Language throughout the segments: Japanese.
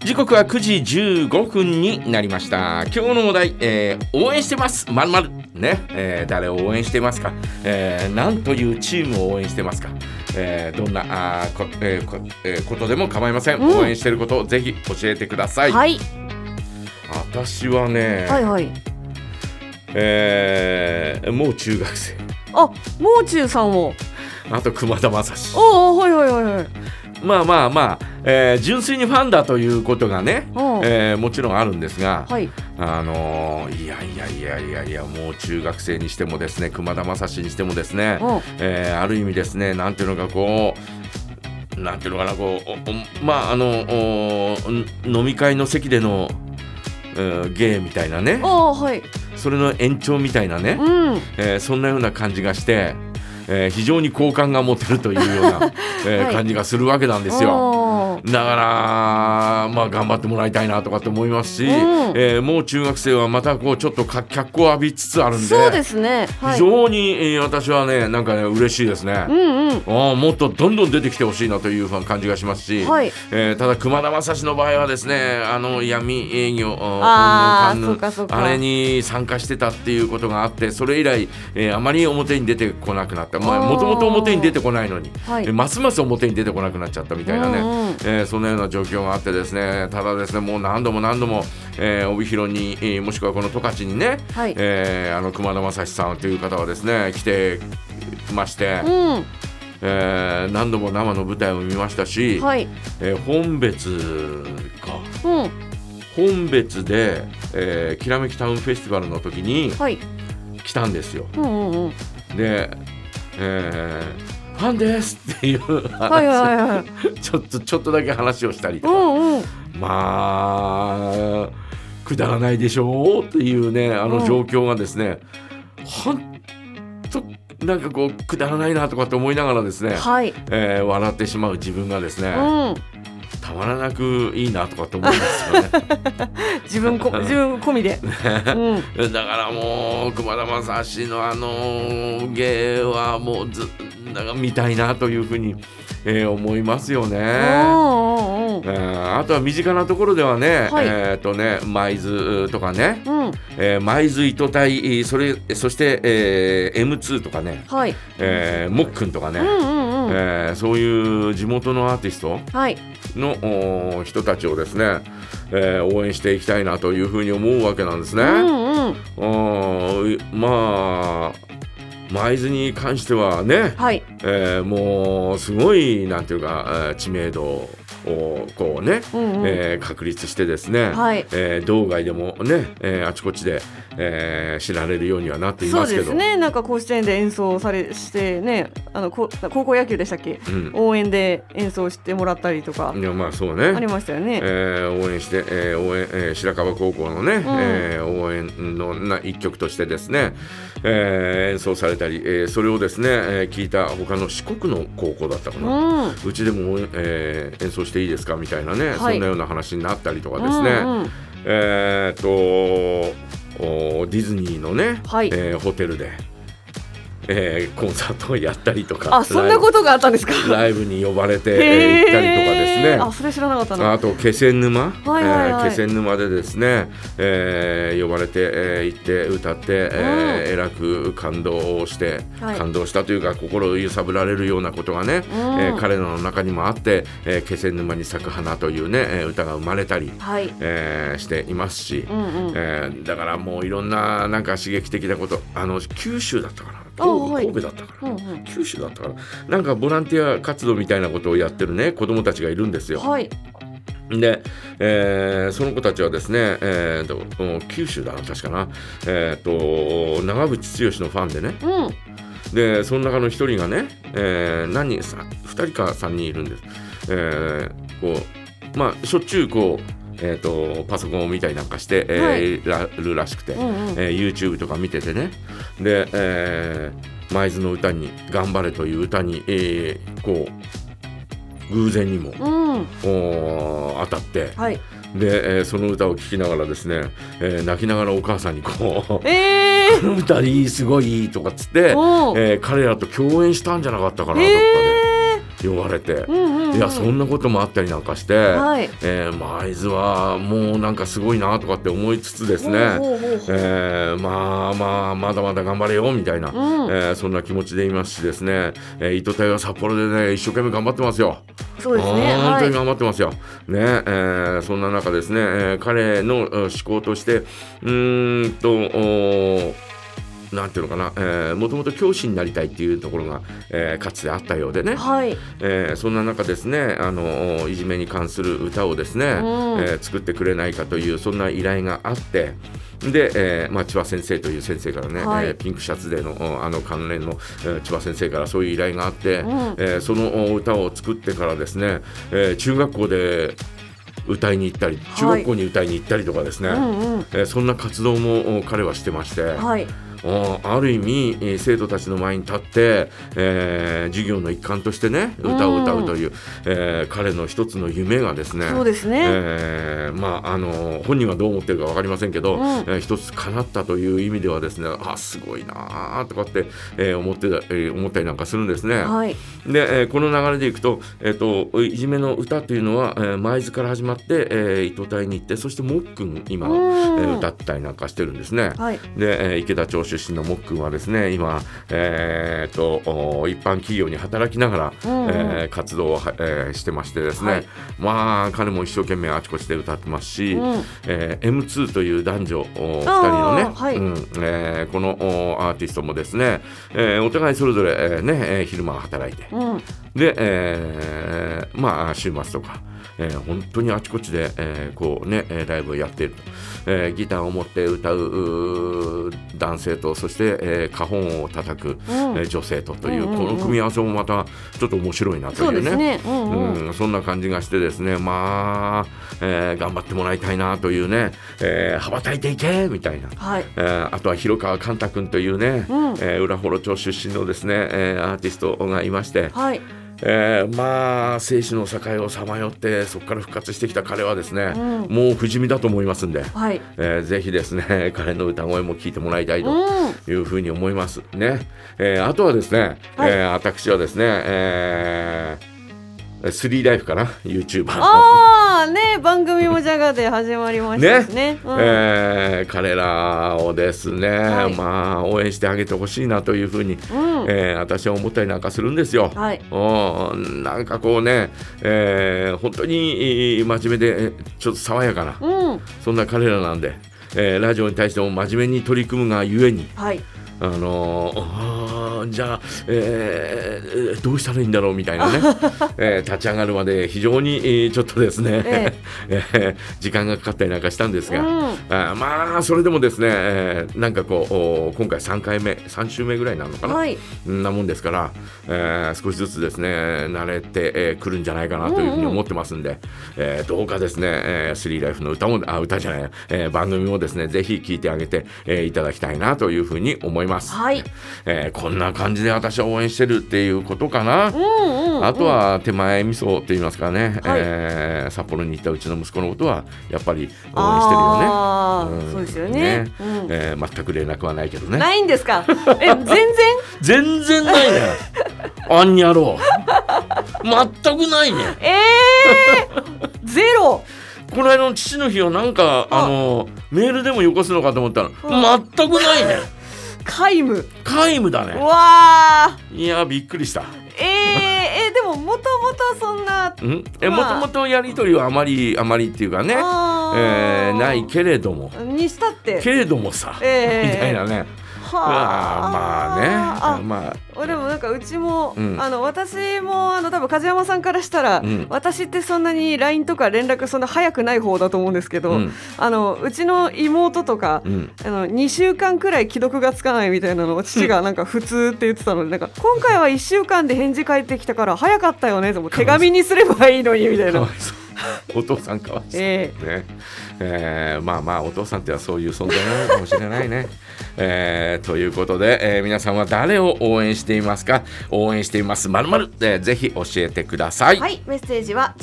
時刻は9時15分になりました。今日のお題、応援してます〇〇ね、誰を応援してますか、何というチームを応援してますか、どんなことでも構いません、応援していることをぜひ教えてください。 はい、 私はね、 はいはい、 もう中学生、 あ、もう中さんを、 あと熊田正史、 おお、はいはいはいはい、 まあ、純粋にファンだということがね、もちろんあるんですが、 はい、 いやもう中学生にしてもですね、熊田正史にしてもですね、ある意味ですね、なんていうのかこう、なんていうのかな、こう、まあ飲み会の席での、芸みたいなね、 はい、 それの延長みたいなね、そんなような感じがして、非常に好感が持てるというような、はい、感じがするわけなんですよ。だからまあ頑張ってもらいたいなとかって思いますし、もう中学生はまたこうちょっと脚光を浴びつつあるんで、 そうですね、はい、 非常に、私はねなんかね嬉しいですね。もっとどんどん出てきてほしいなという感じがしますし、はい、ただ熊田正史の場合はですね、闇営業あれに参加してたっていうことがあって、それ以来、あまり表に出てこなくなった。もともと表に出てこないのに、はい、ますます表に出てこなくなっちゃったみたいなね、そんなような状況があってですね、ただですね、もう何度も、帯広に、もしくはこの十勝にね、はい、熊田正史さんという方はですね来てまして、何度も生の舞台を見ましたし、はい、本別で、きらめきタウンフェスティバルの時に来たんですよ。で、ファンですっていう話、ちょっとだけ話をしたりとか、まあくだらないでしょうっていうね、状況がですね、本当なんかこうくだらないなとかって思いながらですね、はい、笑ってしまう自分がですね、たまらなくいいなとかって思うんですよね。 自分込みで、 だからもう熊田正史の芸はもうなんか見たいなというふうに、思いますよね。あとは身近なところではね、はい、舞鶴とかね、舞鶴糸隊、そして、M2 とかね、はい、もっくんとかね、そういう地元のアーティストの、人たちをですね、応援していきたいなというふうに思うわけなんですね。まあ舞鶴に関してはね、はい、もうすごいなんていうか知名度をこうね、確立してですね、はい、道外でもね、あちこちで、知られるようにはなっていますけど、 そうですね、なんか甲子園で演奏してね、高校野球でしたっけ、応援で演奏してもらったりとか、 いやまあそうね、 ありましたよね。 応援して、白樺高校のね、応援の一曲としてですね、演奏されたり、それをですね、聞いた他の四国の高校だったかな、うちでも、演奏していいですかみたいなね、はい、そんなような話になったりとかですね、ディズニーのね、はい、ホテルで、コンサートをやったりとか、 そんなことがあったんですか。 ライブに呼ばれて、行ったりとかですね、 それ知らなかったな。 あと気仙沼、気仙沼でですね、呼ばれて、行って歌って、えらく感動したというか心を揺さぶられるようなことがね、彼らの中にもあって、気仙沼に咲く花というね、歌が生まれたり、していますし、だからもういろんななんか刺激的なこと、九州だったかな、神戸だったから、九州だったから、なんかボランティア活動みたいなことをやってるね子どもたちがいるんですよ。はい、で、その子たちはですね、九州だな確かな、長渕剛のファンでね、でその中の一人がね、2人か3人いるんです。しょっちゅうこうパソコンを見たりなんかして、るらしくて、YouTube とか見ててね、で、舞鶴の歌に頑張れという歌に、こう偶然にも、当たって、で、その歌を聴きながらですね、泣きながらお母さんにこう、この歌すごいいいとかっつって、彼らと共演したんじゃなかったかなとかで言われて、 いやそんなこともあったりなんかして、 はい、 会津はもうなんかすごいなとかって思いつつですね、まだまだ頑張れよみたいな、そんな気持ちでいますしですね、糸隊は札幌でね一生懸命頑張ってますよ。 そうですね、 本当に頑張ってますよ、そんな中ですね、彼の思考としてなんていうのかな、もともと教師になりたいっていうところが、かつてあったようでね、 はい、 そんな中ですねいじめに関する歌をですね、作ってくれないかというそんな依頼があって、で、千葉先生という先生からね、ピンクシャツデーの関連の、千葉先生からそういう依頼があって、その歌を作ってからですね、中学校で歌いに行ったり中学校に歌いに行ったりとかですね、そんな活動も彼はしてまして、ある意味生徒たちの前に立って、授業の一環としてね歌を歌うという、彼の一つの夢がですね、 そうですね、 本人はどう思ってるか分かりませんけど、一つ叶ったという意味ではですね、すごいなとかって、思ったりなんかするんですね、で、この流れでいくと、いじめの歌というのは、舞津から始まって、糸隊に行って、そしてもっくん今、歌ったりなんかしてるんですね、で、池田町出身のもっくんはですね今、一般企業に働きながら、活動を、してましてですね、彼も一生懸命あちこちで歌ってますし、M2 という男女2人のね、このアーティストもですね、お互いそれぞれ、昼間は働いて、で、週末とか本当にあちこちで、ライブをやっていると、ギターを持って歌う男性と、そして、カホンを叩く、女性という、この組み合わせもまたちょっと面白いなというね、そんな感じがしてですね、頑張ってもらいたいなというね、羽ばたいていけみたいな、あとは広川寛太君というね、浦幌町出身のですね、アーティストがいまして、生死の境をさまよってそこから復活してきた彼はですね、もう不死身だと思いますんで、ぜひですね彼の歌声も聞いてもらいたいというふうに思いますね。あとはですね、私はですね、スリーライフかな YouTuber の番組もジャガで始まりましたですね、 彼らをですね、応援してあげてほしいなというふうに、私は思ったりなんかするんですよ、なんかこうね、本当に真面目でちょっと爽やかな、そんな彼らなんで、ラジオに対しても真面目に取り組むがゆえに、じゃあ、どうしたらいいんだろうみたいなね、立ち上がるまで非常に、ちょっとですね、時間がかかったりなんかしたんですが、それでもですね、なんかこう今回3週目ぐらいなのかな、なもんですから、少しずつですね慣れてくるんじゃないかなというふうに思ってますんで、どうかですね、スリーライフの歌じゃない、番組もですねぜひ聞いてあげて、いただきたいなというふうに思います、こんな感じで私は応援してるっていうことかな、あとは手前味噌と言いますかね、札幌に行ったうちの息子のことはやっぱり応援してるよね。 そうですよね、 全く連絡はないけどね。 ないんですか？ 全然ないねあんにゃろう全くないね。 ゼロ。 この間の父の日はなんかメールでもよこすのかと思ったら、全くないね。 皆無だね。 わー、 いやびっくりした。 でももともとそんなもともとやり取りはあまりっていうかね、ないけれどもにしたってけれどもさ、みたいなね。でもなんかうちも、私も多分梶山さんからしたら、私ってそんなに LINE とか連絡そんな早くない方だと思うんですけど、うちの妹とか、2週間くらい既読がつかないみたいなのを父がなんか普通って言ってたので、なんか今回は1週間で返事返ってきたから早かったよねと、手紙にすればいいのにみたいな。 お父さんかわいそう、お父さんってはそういう存在なのかもしれないね、ということで、皆さんは誰を応援していますか？応援しています〇〇、ぜひ教えてください。 メッセージは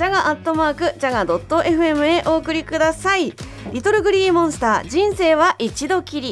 jaga@jaga.fm へお送りください。リトルグリーンモンスター、人生は一度きり。